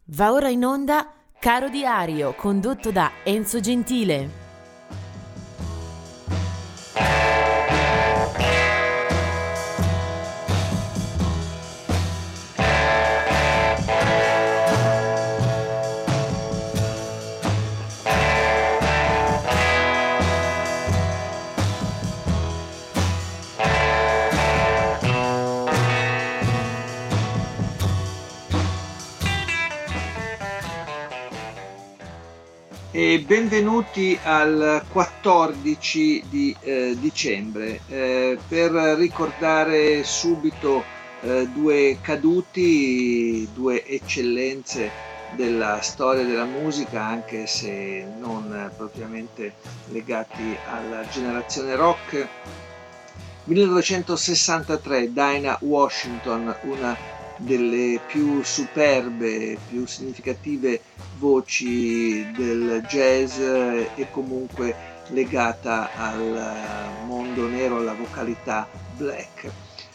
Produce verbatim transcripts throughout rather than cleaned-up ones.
Va ora in onda Caro Diario, condotto da Enzo Gentile. E benvenuti al quattordici di eh, dicembre eh, per ricordare subito eh, due caduti, due eccellenze della storia della musica, anche se non propriamente legati alla generazione rock. millenovecentosessantatré, Dinah Washington, una delle più superbe, più significative voci del jazz e comunque legata al mondo nero, alla vocalità black.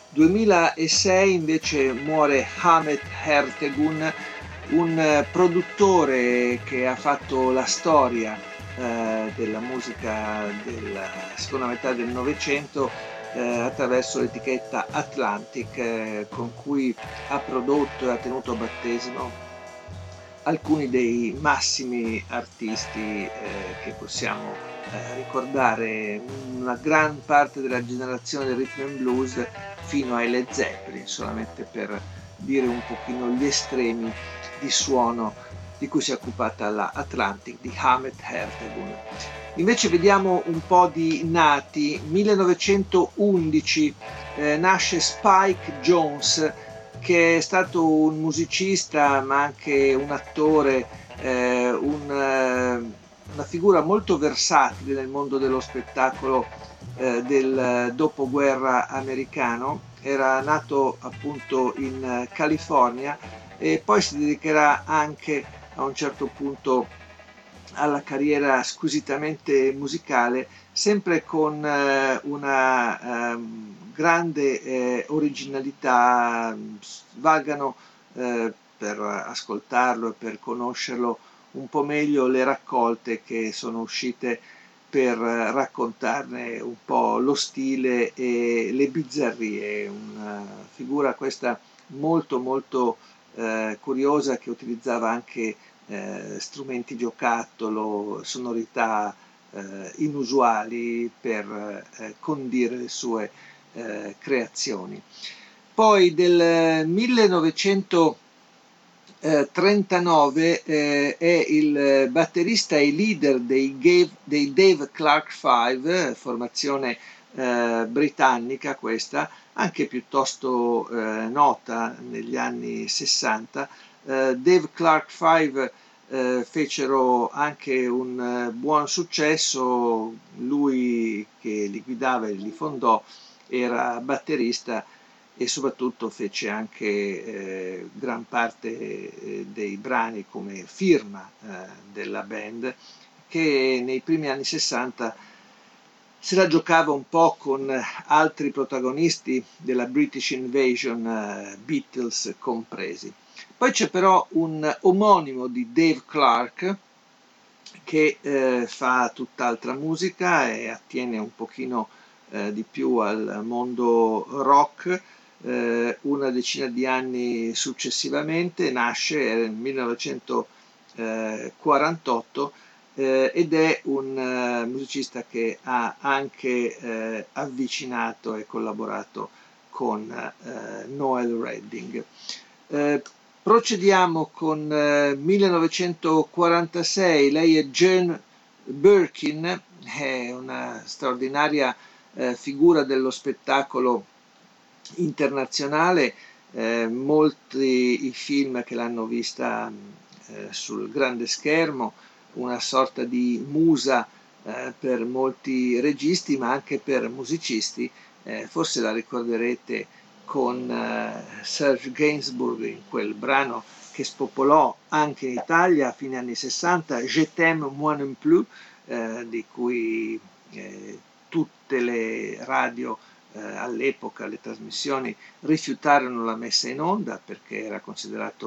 duemilasei invece muore Ahmet Ertegun, un produttore che ha fatto la storia eh, della musica della seconda metà del Novecento eh, attraverso l'etichetta Atlantic, eh, con cui ha prodotto e ha tenuto a battesimo alcuni dei massimi artisti eh, che possiamo eh, ricordare, una gran parte della generazione del rhythm and blues fino ai Led Zeppelin, solamente per dire un pochino gli estremi di suono di cui si è occupata la Atlantic di Ahmet Ertegun. Invece vediamo un po' di nati. millenovecentoundici eh, nasce Spike Jonze, che è stato un musicista ma anche un attore, eh, un, eh, una figura molto versatile nel mondo dello spettacolo eh, del dopoguerra americano. Era nato appunto in California e poi si dedicherà anche a un certo punto alla carriera squisitamente musicale, sempre con eh, una eh, grande eh, originalità. Valgano eh, per ascoltarlo e per conoscerlo un po' meglio le raccolte che sono uscite per raccontarne un po' lo stile e le bizzarrie. Una figura questa molto molto eh, curiosa, che utilizzava anche eh, strumenti giocattolo, sonorità eh, inusuali per eh, condire le sue eh, creazioni. Poi del millenovecentotrentanove eh, è il batterista e leader dei, Gave, dei Dave Clark Five, formazione eh, britannica questa, anche piuttosto eh, nota negli anni sessanta. Eh, Dave Clark Five eh, fecero anche un eh, buon successo. Lui che li guidava e li fondò era batterista e soprattutto fece anche eh, gran parte eh, dei brani come firma eh, della band, che nei primi anni sessanta se la giocava un po' con altri protagonisti della British Invasion, eh, Beatles compresi. Poi c'è però un omonimo di Dave Clark che eh, fa tutt'altra musica e attiene un pochino eh, di più al mondo rock. Eh, una decina di anni successivamente nasce nel millenovecentoquarantotto eh, ed è un uh, musicista che ha anche eh, avvicinato e collaborato con eh, Noel Redding. Eh, Procediamo con eh, millenovecentoquarantasei, lei è Jane Birkin, è una straordinaria eh, figura dello spettacolo internazionale. Eh, molti i film che l'hanno vista eh, sul grande schermo, una sorta di musa eh, per molti registi ma anche per musicisti. Eh, forse la ricorderete con uh, Serge Gainsbourg in quel brano che spopolò anche in Italia a fine anni sessanta, Je t'aime moi non plus, eh, di cui eh, tutte le radio eh, all'epoca, le trasmissioni rifiutarono la messa in onda perché era considerato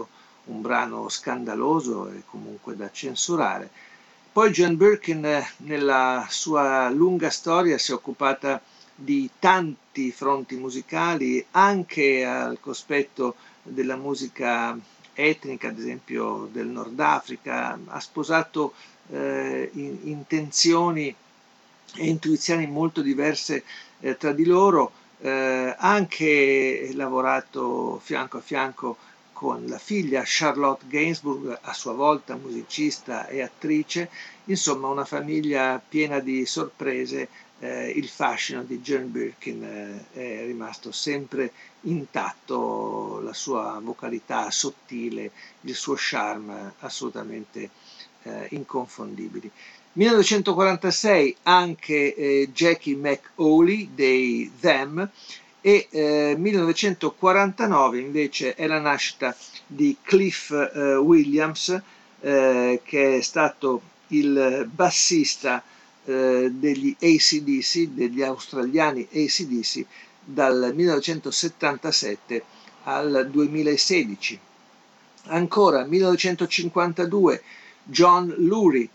un brano scandaloso e comunque da censurare. Poi Jane Birkin eh, nella sua lunga storia si è occupata di tanti fronti musicali, anche al cospetto della musica etnica, ad esempio del Nord Africa, ha sposato eh, in, intenzioni e intuizioni molto diverse eh, tra di loro, eh, anche lavorato fianco a fianco con la figlia Charlotte Gainsbourg, a sua volta musicista e attrice, insomma una famiglia piena di sorprese. Eh, il fascino di Jane Birkin eh, è rimasto sempre intatto, la sua vocalità sottile, il suo charme assolutamente eh, inconfondibili. millenovecentoquarantasei anche eh, Jackie McAuley dei Them, e eh, millenovecentoquarantanove invece è la nascita di Cliff eh, Williams, eh, che è stato il bassista eh, degli A C D C, degli australiani A C D C, dal millenovecentosettantasette al duemilasedici. Ancora millenovecentocinquantadue John Lurie,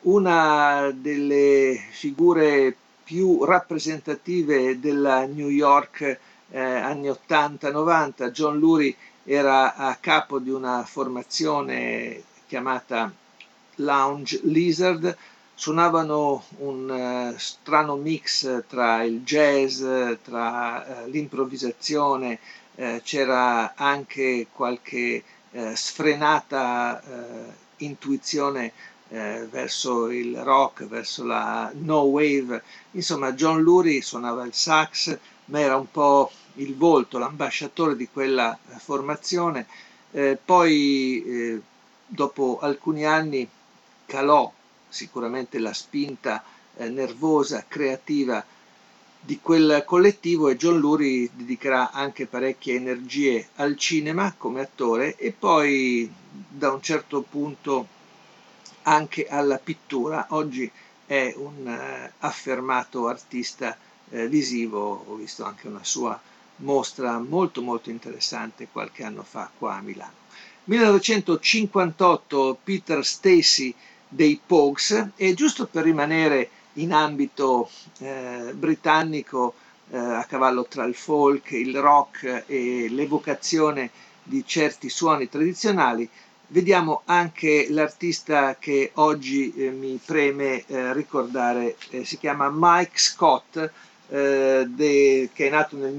una delle figure più rappresentative della New York eh, anni ottanta novanta. John Lurie era a capo di una formazione chiamata Lounge Lizard, suonavano un uh, strano mix tra il jazz, tra uh, l'improvvisazione, uh, c'era anche qualche uh, sfrenata uh, intuizione uh, verso il rock, verso la no wave. Insomma, John Lurie suonava il sax, ma era un po' il volto, l'ambasciatore di quella formazione. Eh, poi, eh, dopo alcuni anni, calò sicuramente la spinta eh, nervosa, creativa di quel collettivo, e John Lurie dedicherà anche parecchie energie al cinema come attore e poi da un certo punto anche alla pittura. Oggi è un eh, affermato artista eh, visivo, ho visto anche una sua mostra molto molto interessante qualche anno fa qua a Milano. millenovecentocinquantotto Peter Stacy dei Pogues, e giusto per rimanere in ambito eh, britannico, eh, a cavallo tra il folk, il rock e l'evocazione di certi suoni tradizionali, vediamo anche l'artista che oggi eh, mi preme eh, ricordare. Eh, si chiama Mike Scott, eh, de, che è nato nel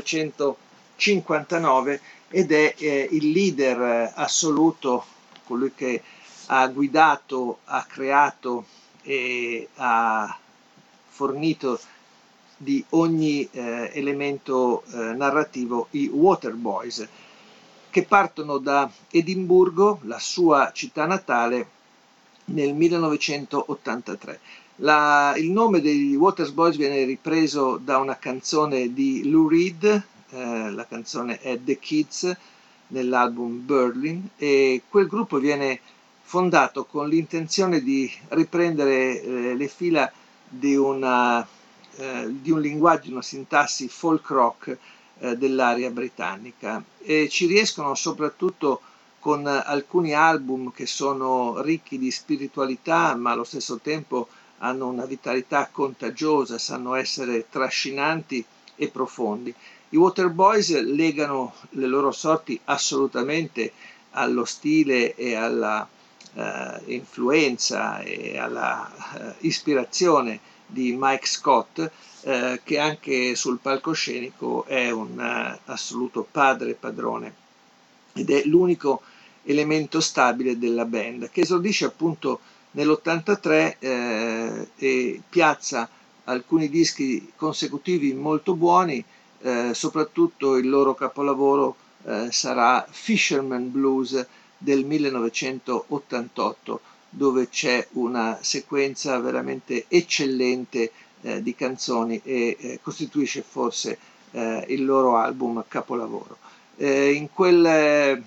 millenovecentocinquantanove ed è eh, il leader assoluto, colui che ha guidato, ha creato e ha fornito di ogni eh, elemento eh, narrativo i Waterboys, che partono da Edimburgo, la sua città natale, nel millenovecentottantatré. La, il nome dei Waterboys viene ripreso da una canzone di Lou Reed, eh, la canzone è The Kids, nell'album Berlin, e quel gruppo viene fondato con l'intenzione di riprendere eh, le fila di, una, eh, di un linguaggio, una sintassi folk rock eh, dell'area britannica, e ci riescono soprattutto con alcuni album che sono ricchi di spiritualità, ma allo stesso tempo hanno una vitalità contagiosa, sanno essere trascinanti e profondi. I Waterboys legano le loro sorti assolutamente allo stile e alla eh, influenza e alla eh, ispirazione di Mike Scott, eh, che anche sul palcoscenico è un uh, assoluto padre padrone ed è l'unico elemento stabile della band, che esordisce appunto nell'ottantatré eh, e piazza alcuni dischi consecutivi molto buoni, eh, soprattutto il loro capolavoro eh, sarà Fisherman Blues del millenovecentottantotto, dove c'è una sequenza veramente eccellente eh, di canzoni e eh, costituisce forse eh, il loro album capolavoro. Eh, in quel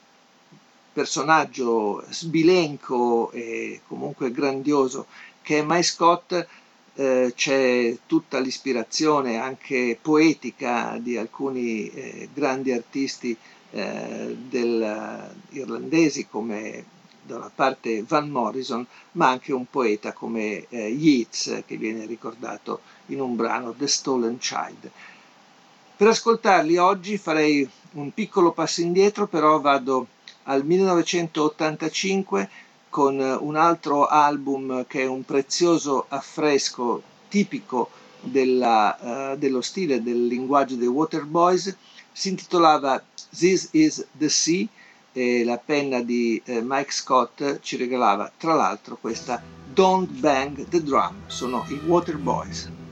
personaggio sbilenco e comunque grandioso che è Mike Scott eh, c'è tutta l'ispirazione anche poetica di alcuni eh, grandi artisti eh, del, irlandesi come da una parte Van Morrison, ma anche un poeta come eh, Yeats, che viene ricordato in un brano, The Stolen Child. Per ascoltarli oggi farei un piccolo passo indietro, però vado al millenovecentottantacinque con un altro album che è un prezioso affresco tipico della, uh, dello stile, del linguaggio dei Waterboys. Si intitolava This is the Sea e la penna di eh, Mike Scott ci regalava tra l'altro questa Don't Bang the Drum. Sono i Waterboys.